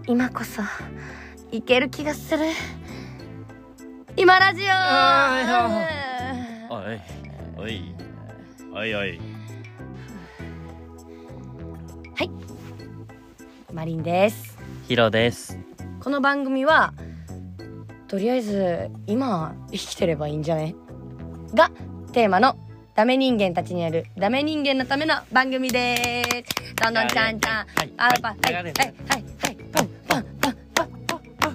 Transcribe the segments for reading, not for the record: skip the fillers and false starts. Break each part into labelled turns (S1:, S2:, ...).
S1: 今こそいける気がする。今ラジオ。
S2: おいおいおいおい。
S1: はい、マリンです。
S2: ヒロです。
S1: この番組はとりあえず今生きてればいいんじゃねがテーマのダメ人間たちによるダメ人間のための番組です。どんどんちゃんちゃん、あーぱはいはいはいはいパンパンパンパンパンパン。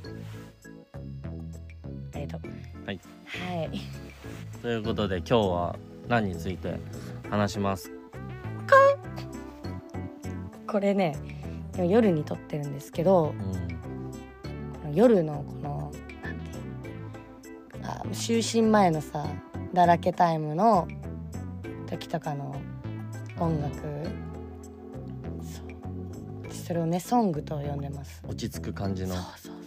S1: ありがとう。
S2: はい
S1: はい。
S2: ということで今日は何について話しますか？
S1: これね、夜に撮ってるんですけど、夜のこのなんていう就寝前のさだらけタイムの時とかの音楽、それをねソングと呼んでます。
S2: 落ち着く感じの。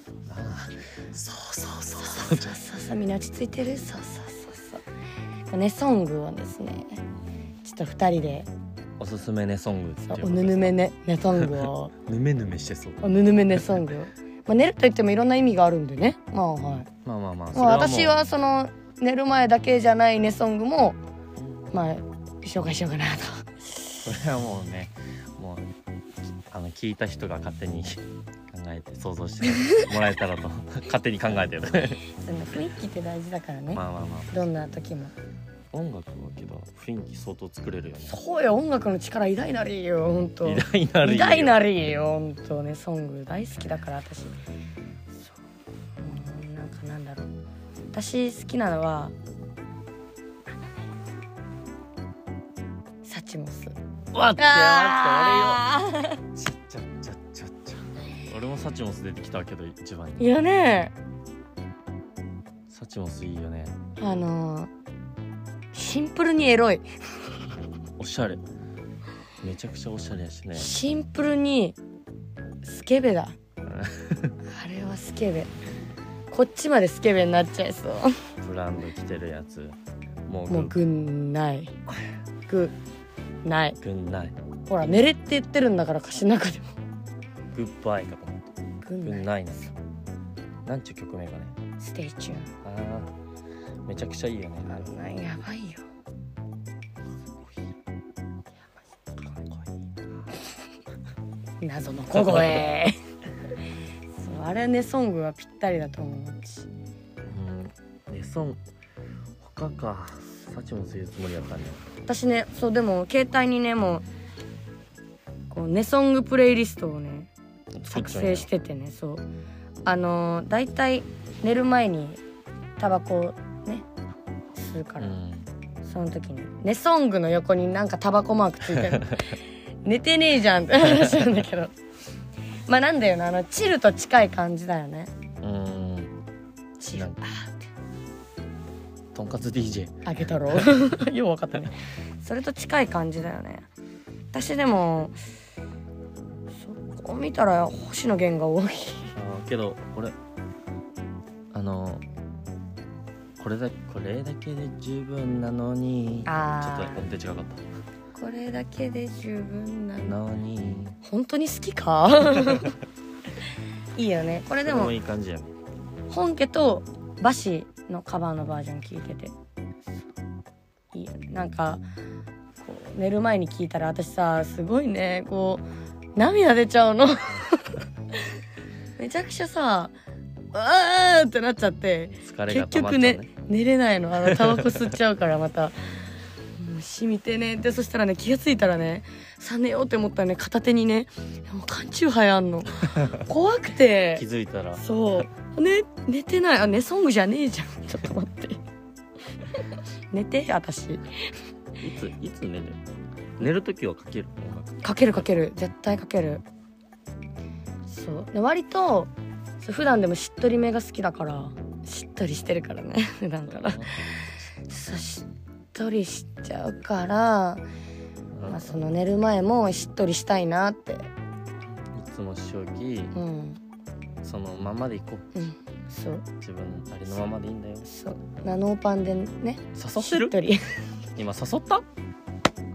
S1: そうみんな落ち着いてる。そうね、ソングをですねちょっと2人で
S2: おすすめねソングっていうことですか？
S1: おぬぬめねソングを
S2: ぬめぬめしてそう。
S1: おぬぬめねソングを寝ると言ってもいろんな意味があるんでね。まあはい。
S2: まあ
S1: 私はその寝る前だけじゃないねソングもまあ紹介しようかなと。
S2: それはもうね、もう聞いた人が勝手に考えて想像してもらえたらと勝手に考えてる。
S1: その雰囲気って大事だからね。
S2: まあ
S1: どんな時も
S2: 音楽はけど雰囲気相当作れるよね。
S1: そうよ、音楽の力偉大なりよ本当。
S2: 偉大
S1: なりよ本当ね。ソング大好きだから私。なんだろう、私好きなのはサチモス。
S2: 待って俺もサチモス出てきたけど一番に。
S1: いやね、
S2: サチモスいいよね。
S1: シンプルにエロい。
S2: おしゃれ、めちゃくちゃおしゃれやしね。
S1: シンプルにスケベだ。あれはスケベ。こっちまでスケベになっちゃいそう。
S2: ブランド着てるやつもう
S1: ぐんないぐない。ほら寝れって言ってるんだから歌詞の中でも
S2: グッバイかと思った。
S1: ぐん
S2: ないね。なんちゅう曲名がね。
S1: ステイチューン。
S2: めちゃくちゃいいよね。
S1: やばいよ。謎の小声。そうあれねソングはぴったりだと思うし。
S2: ねソン他か。サチモス言うつもりだったね。
S1: 私ね、そうでも携帯にねもうこうねソングプレイリストをね作成しててね、そうだいたい寝る前にタバコね吸うから、その時にねソングの横になんかタバコマークついてる。寝てねえじゃんって話なんだけど、まあなんだよな、チルと近い感じだよね。チル
S2: とんかつ DJ
S1: あげたろ。よう分かったね。それと近い感じだよね。私でもこう見たら星野源が多い。
S2: けど俺これだけで十分なのに、ちょっと音程違かった。
S1: これだけで十分なの
S2: に
S1: 本当に好きか。いいよねこれ。でも
S2: いい感じやね。
S1: 本家とバシのカバーのバージョン聞いてていいよね。なんかこう寝る前に聞いたら私さすごいねこう涙出ちゃうの。めちゃくちゃさあーってなっちゃって結局ね寝れないの。タバコ吸っちゃうからまたもう染みてねって。そしたらね気がついたらねさ寝ようって思ったらね片手にねもう缶チューハイあんの。怖くて
S2: 気づいたら
S1: そうね寝てない。寝ソングじゃねえじゃん。ちょっと待って。寝て私い
S2: つ寝る？寝るときはかける？
S1: かける絶対かける。そうで割と普段でもしっとりめが好きだから、しっとりしてるからね普段からそうしっとりしちゃうから、まあ、その寝る前もしっとりしたいなって。い
S2: つもしおき、そのままでいこう。
S1: そう
S2: 自分ありのままでいいんだよ。
S1: そうナノーパンでね
S2: 誘ってる？
S1: しっとり。
S2: 今誘った？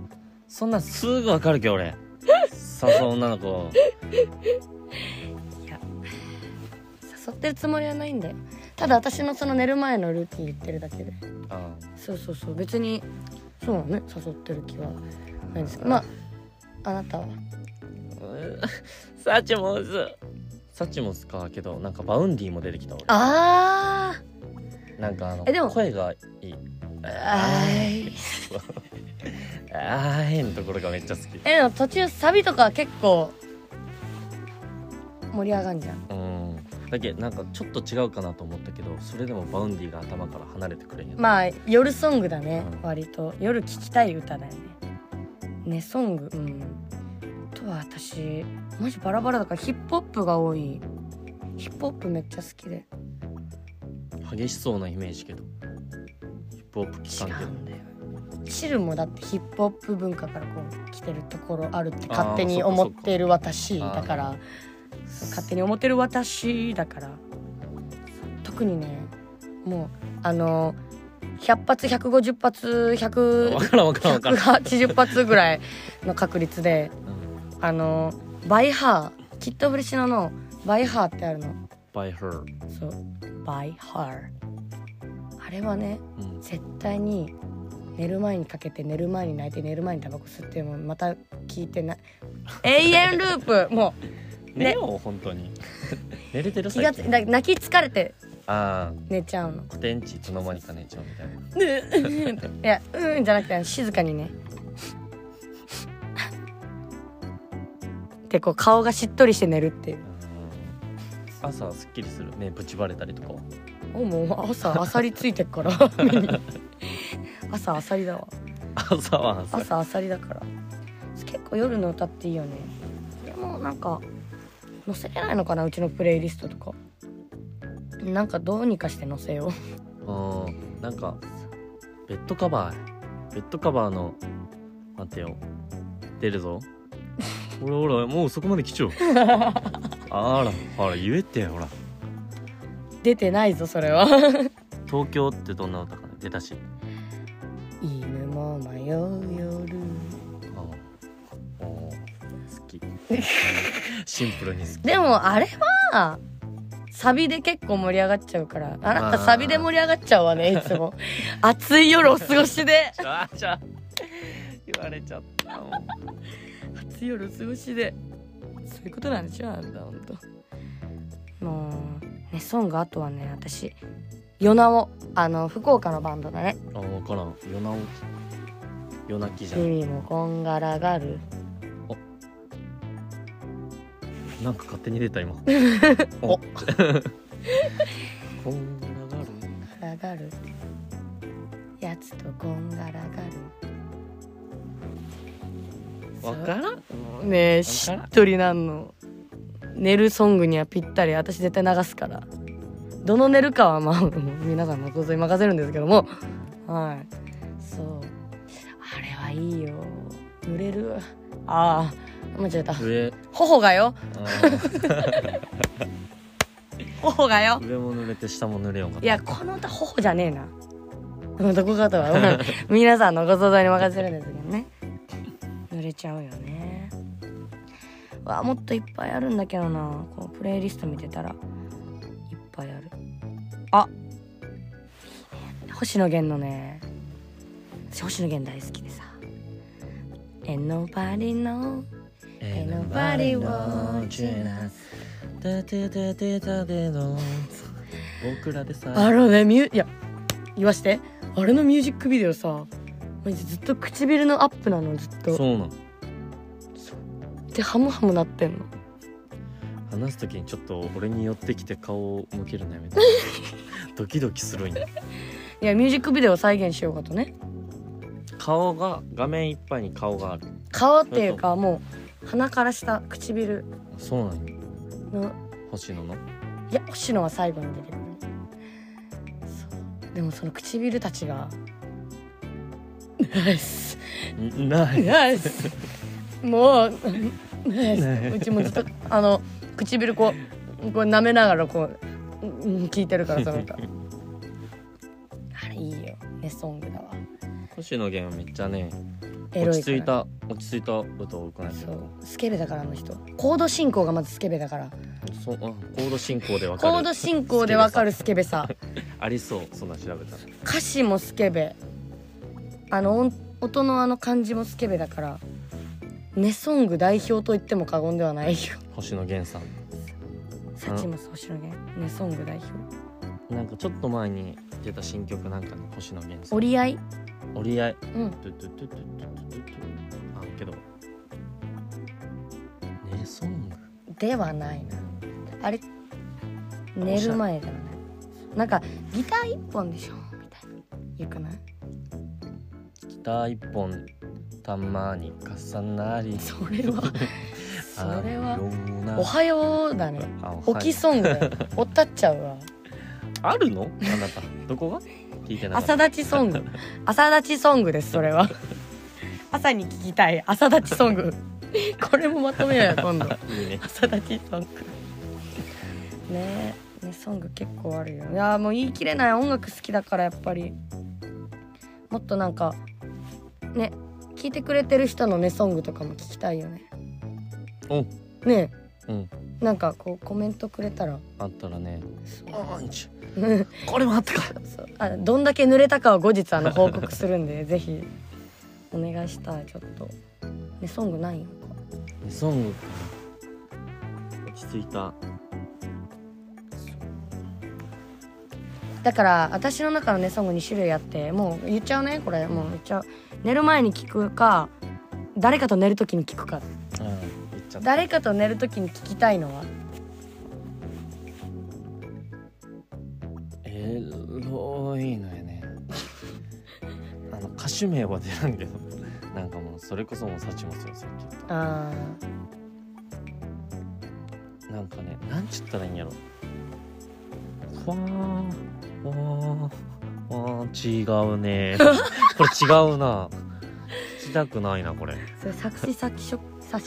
S2: そんなんすぐわかるけど俺。誘う女の子。
S1: いや誘ってるつもりはないんだよ。ただ私のその寝る前のルーティン言ってるだけで。そうそうそう、別にそうなのね、誘ってる気はないんですけど、まああなたは
S2: サチモスか。けどなんかバウンディも出てきた俺。
S1: あ
S2: なんか
S1: でも
S2: 声がいい。
S1: あ
S2: のところがめっちゃ好き。
S1: でも途中サビとか結構盛り上がんじゃん。
S2: だけどなんかちょっと違うかなと思ったけど、それでもバウンディが頭から離れてくれんよ。
S1: まあ夜ソングだね、割と夜聴きたい歌だよね。寝ソング、とは私マジバラバラだからヒップホップが多い。ヒップホップめっちゃ好きで。
S2: 激しそうなイメージけどヒップホップ聞かんけど。
S1: 違うんだよ。チルもだってヒップホップ文化からこう来てるところあるって勝手に思ってる私だから、勝手に思ってる私だから、特にねもう100発150発180発ぐらいの確率でバイハー、キッド・フレシノのバイハーってあるの。
S2: バイハー。
S1: そう、バイハー。あれはね、絶対に寝る前にかけて、寝る前に泣いて、寝る前にタバコ吸って、もまた聞いてな永遠ループ。も
S2: う寝よう本当に寝れてる。
S1: 気が泣き疲れて寝ちゃうの。
S2: コテンチいつの間にか寝ちゃうみたいな。
S1: いやじゃなくて静かにねでこう顔がしっとりして寝るっていう。
S2: 朝すっきりするね。ブチバレたりとかは
S1: もう朝アサリついてっから朝アサリだわ。朝アサリだから結構夜の歌っていいよね。でもなんか載せれないのかな、うちのプレイリストとか。なんかどうにかして載せよ
S2: う。なんかベッドカバーの待ってよ、出るぞほらもうそこまで来ちゃうあらほら言えってほら。
S1: 出てないぞそれは
S2: 東京ってどんな歌かな、出たし。
S1: 犬も迷う夜。
S2: 好きシンプルに好き。
S1: でもあれはサビで結構盛り上がっちゃうから。あなたサビで盛り上がっちゃうわねいつも暑い夜お過ごしで
S2: 言われちゃったもん。
S1: 暑い夜お過ごしでそういうことなんでしょあんた。ほんともうね、ソング。あとはね、私ヨナオ、福岡のバンドだね。
S2: 分からん。ヨナオ、夜泣きじゃん。
S1: 君もこんがらがる。
S2: なんか勝手に出た今
S1: お
S2: こんが
S1: らがるやつとこんがらがる。
S2: わからん
S1: ねえ、しっとりなんの。寝るソングにはぴったり。私絶対流すから。どの寝るかはまあ皆さんの想像に任せるんですけども、はい、そう、あれはいいよ。濡れる。間違えた。頬がよ頬がよ。
S2: 上も濡れて下も濡れようか。
S1: いやこの歌頬じゃねえなどこかとは皆さんのご想像に任せるんですけどね。濡れちゃうよね。もっといっぱいあるんだけどな。こうプレイリスト見てたらいっぱいある。星野源のね、星野源大好きでさ。Ain't nobody know, ain't nobody watching us。
S2: 僕らでさ。
S1: いや言わして。あれのミュージックビデオさ、マジずっと唇のアップなのずっと。
S2: そうなの。
S1: でハムハムなってんの。
S2: 話すときにちょっと俺に寄ってきて顔を向けるのやめてドキドキするんや。
S1: いやミュージックビデオを再現しようかとね。
S2: 顔が画面いっぱいに顔がある。
S1: 顔っていうかもう鼻から下唇。
S2: そうなの。
S1: の
S2: 星野の。
S1: いや星野は最後に出てくる。そうでもその唇たちがナイスナイスもうナイス。うちもずっと唇こう舐めながらこう聞いてるからその歌。あれいいよね、ソングだわ。
S2: 星野源はめっちゃね、
S1: エロいから
S2: 落ち着いた歌多くない。
S1: そうスケベだから。あの人コード進行がまずスケベだから。
S2: コード進行でわかる。
S1: コード進行でわかるスケベさ
S2: ありそう、そんな調べたら。
S1: 歌詞もスケベ、音の感じもスケベだから、ネソング代表と言っても過言ではないよ。
S2: 星野源さん。
S1: サチモス星野源、ネソング代表。
S2: なんかちょっと前に出た新曲なんかね、星野源さん。
S1: 折り合い。
S2: 折り合い。
S1: うん。
S2: あ、けどネソング
S1: ではないな。あれ寝る前ではない。なんかギター一本でしょみたいな。よくない？
S2: ギター一本たまに重なり。
S1: それはおはようだね。起きソングだよ。おったっちゃうわ。
S2: あるの？あなたどこが聞いてなかった。
S1: 朝立ちソング。朝立ちソングです。それは朝に聞きたい朝立ちソング。これもまとめようよ今度。
S2: いいね。
S1: 朝立ちソングねえ、ソング結構あるよ。いやもう言い切れない。音楽好きだからやっぱりもっとなんかね、聞いてくれてる人のソングとかも聞きたいよね。
S2: お
S1: ねえ、
S2: うん、
S1: なんかこうコメントくれたら
S2: あったらね。
S1: そう
S2: これもあったか。
S1: そうどんだけ濡れたかは後日報告するんでぜひお願いしたい。ちょっとソングないのか。
S2: ソングか。落ち着いた。
S1: だから私の中のソング2種類あって、もう言っちゃうね。これもう言っちゃう。寝る前に聞くか、誰かと寝るときに聞くか。
S2: 言っちゃった。
S1: 誰かと寝るときに聞きたいのは
S2: エロいのやね。歌手名は出らんけど、なんかもうそれこそもう幸もそうさっき言った。なんかね、なんちったらいいんやろ。ふわー違うね。これ違うな。聞きたくないなこれ。
S1: それ作詞作曲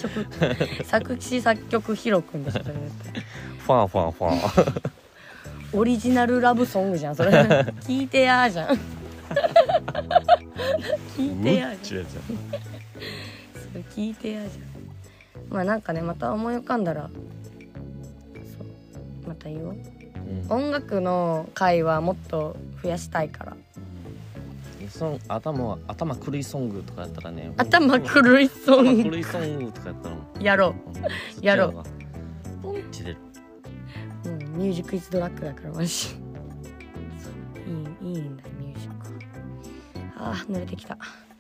S1: ヒロくんでしょ。それ
S2: ファン
S1: オリジナルラブソングじゃんそれ。聞いてやーじゃん。聞いてやーじゃん。それ聞いてやーじゃん。まあなんかね、また思い浮かんだらそうまた言おう。音楽の回はもっと増やしたいから。
S2: 頭狂いソングとかやったらね。
S1: 頭狂いソング。
S2: 狂いソングとかやったら
S1: やろう。やろう。
S2: ポンチ出る。
S1: ミュージックイズドラッグだからマジ。そういいんだミュージック。濡れてきた。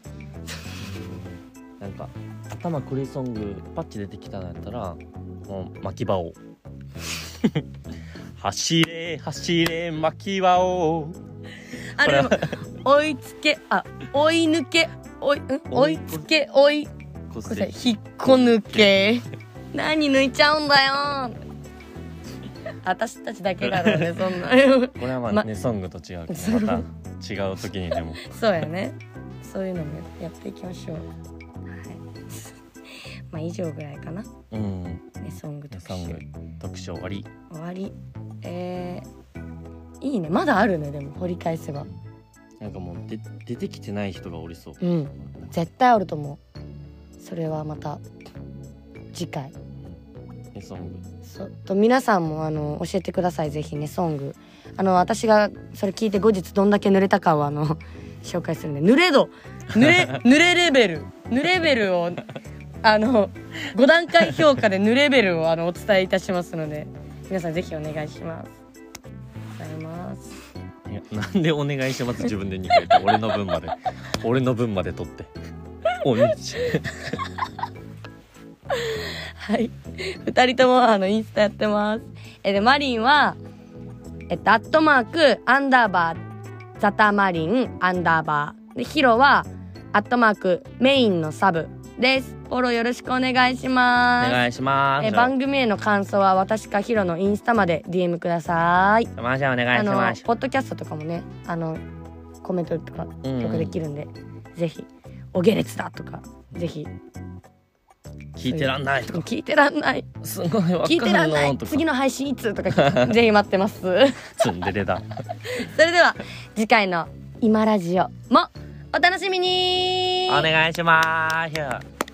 S2: なんか頭狂いソングパッチ出てきたのやったらもう巻き場を。走れ巻き場を。
S1: あれも追いつけ追い抜け追いつけ追い引っこ抜け。何抜いちゃうんだよ。私たちだけだろうねそんな。こ
S2: れはまあねソングと違うけどまた違う時にでも。そうやね。
S1: そういうのもやっていきましょう。はい。まあ以上ぐらいかな。ねソング特集
S2: 終わり。
S1: いいね。まだあるね。でも掘り返せば
S2: なんかもう出てきてない人がおりそう。
S1: 絶対あると思う。それはまた次回。
S2: ソング
S1: そうと皆さんも教えてください。ぜひねソング私がそれ聞いて後日どんだけ濡れたかを紹介するんで、濡れレベルを5段階評価で濡れレベルをお伝えいたしますので皆さんぜひお願いします。ありがとうございます。
S2: いやなんでお願いします自分で2回言って俺の分まで取っておみち
S1: はい2人ともインスタやってます。でマリンは@ザタマリン_でヒロはメインのサブです。フォローよろしくお願いします。
S2: お願いします。
S1: 番組への感想は私かヒロのインスタまで DM ください。
S2: お願いします。
S1: ポッドキャストとかもねコメントとかよくできるんで、ぜひお下劣だとかぜひ
S2: 聞いてらんないとか
S1: 聞いてらんない
S2: すごいわかんの
S1: 聞いてらんない次の配信いつとかぜひ待ってます。
S2: ツンデレだ。
S1: それでは次回の今ラジオもお楽しみに。
S2: お願いします。